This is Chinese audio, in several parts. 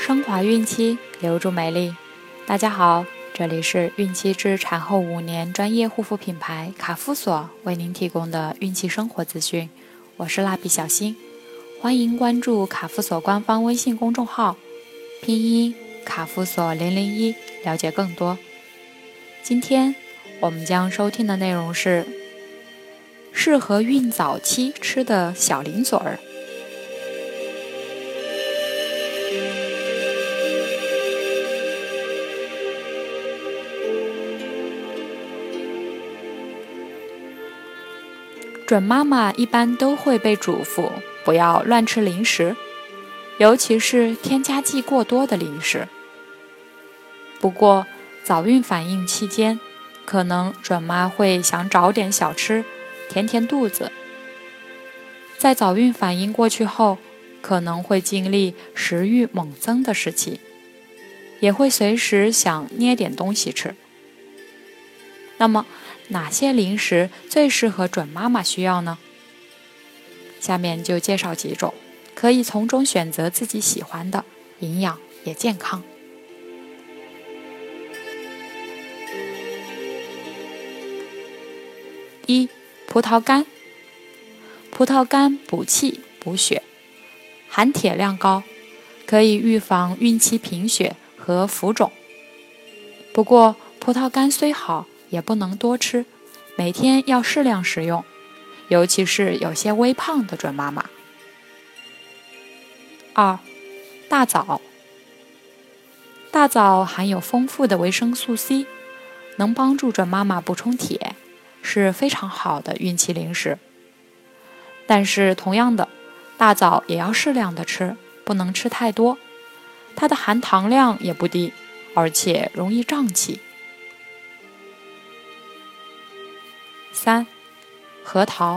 升华孕期，留住美丽。大家好，这里是孕期至产后5年专业护肤品牌卡夫索为您提供的孕期生活资讯，我是蜡笔小新，欢迎关注卡夫索官方微信公众号，拼音卡夫索001，了解更多。今天我们将收听的内容是适合孕早期吃的小零嘴儿。准妈妈一般都会被嘱咐不要乱吃零食，尤其是添加剂过多的零食。不过早孕反应期间，可能准妈会想找点小吃填填肚子。在早孕反应过去后，可能会经历食欲猛增的时期，也会随时想捏点东西吃。那么哪些零食最适合准妈妈需要呢？下面就介绍几种，可以从中选择自己喜欢的，营养也健康。1. 葡萄干。葡萄干补气补血，含铁量高，可以预防孕期贫血和浮肿。不过葡萄干虽好，也不能多吃，每天要适量食用，尤其是有些微胖的准妈妈。2. 大枣。大枣含有丰富的维生素 C， 能帮助准妈妈补充铁，是非常好的孕期零食。但是同样的，大枣也要适量的吃，不能吃太多，它的含糖量也不低，而且容易胀气。3. 核桃。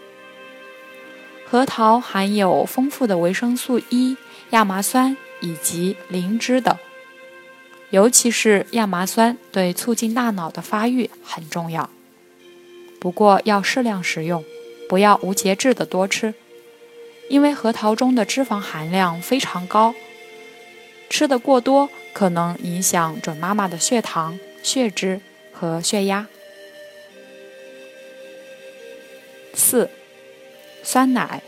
核桃含有丰富的维生素 E、亚麻酸以及磷脂等，尤其是亚麻酸对促进大脑的发育很重要。不过要适量食用，不要无节制的多吃，因为核桃中的脂肪含量非常高，吃得过多可能影响准妈妈的血糖、血脂和血压。4. 酸奶。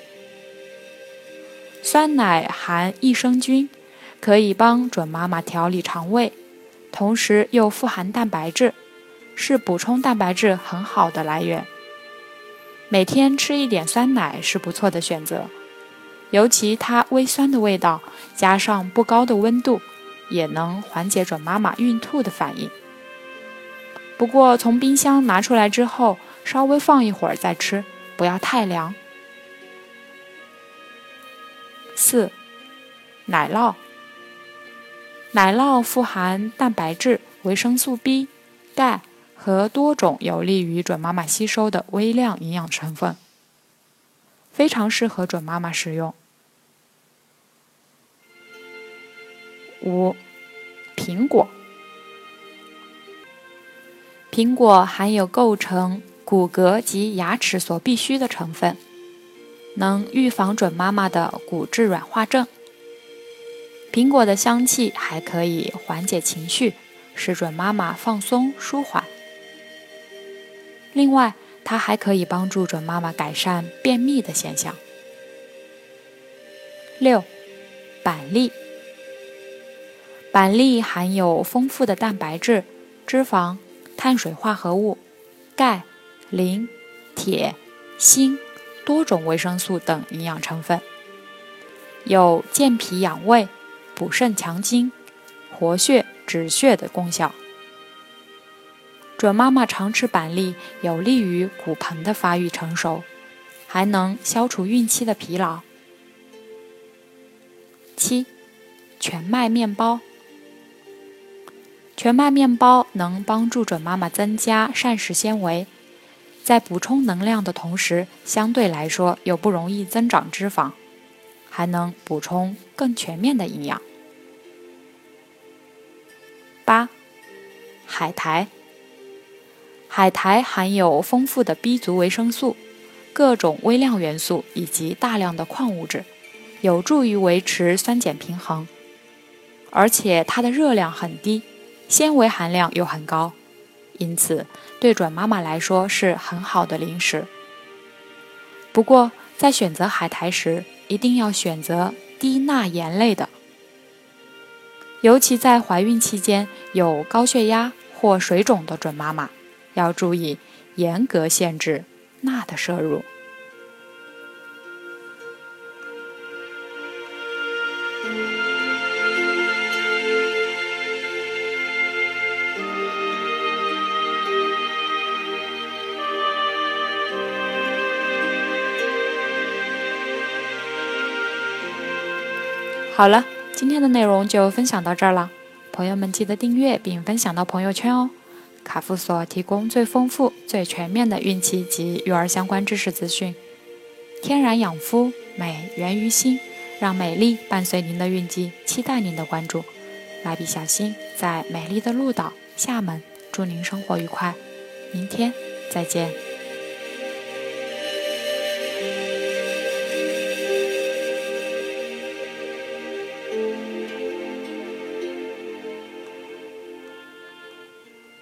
酸奶含益生菌，可以帮准妈妈调理肠胃，同时又富含蛋白质，是补充蛋白质很好的来源。每天吃一点酸奶是不错的选择，尤其它微酸的味道，加上不高的温度，也能缓解准妈妈孕吐的反应。不过从冰箱拿出来之后，稍微放一会儿再吃，不要太凉。4. 奶酪。奶酪富含蛋白质、维生素 B、钙和多种有利于准妈妈吸收的微量营养成分，非常适合准妈妈食用。5. 苹果。苹果含有构成骨骼及牙齿所必需的成分，能预防准妈妈的骨质软化症。苹果的香气还可以缓解情绪，使准妈妈放松舒缓。另外，它还可以帮助准妈妈改善便秘的现象。6. 板栗。板栗含有丰富的蛋白质、脂肪、碳水化合物、钙、磷、铁、锌、多种维生素等营养成分，有健脾养胃、补肾强筋、活血止血的功效。准妈妈常吃板栗，有利于骨盆的发育成熟，还能消除孕期的疲劳。7. 全麦面包。全麦面包能帮助准妈妈增加膳食纤维，在补充能量的同时，相对来说又不容易增长脂肪，还能补充更全面的营养。8. 海苔。海苔含有丰富的 B 族维生素、各种微量元素以及大量的矿物质，有助于维持酸碱平衡。 而且它的热量很低，纤维含量又很高，因此对准妈妈来说是很好的零食。不过在选择海苔时，一定要选择低钠盐类的，尤其在怀孕期间有高血压或水肿的准妈妈，要注意严格限制钠的摄入。好了，今天的内容就分享到这儿了，朋友们记得订阅并分享到朋友圈哦。卡夫所提供最丰富、最全面的孕期及育儿相关知识资讯。天然养肤，美源于心，让美丽伴随您的孕期，期待您的关注。蜡笔小新在美丽的鹭岛厦门，祝您生活愉快，明天再见。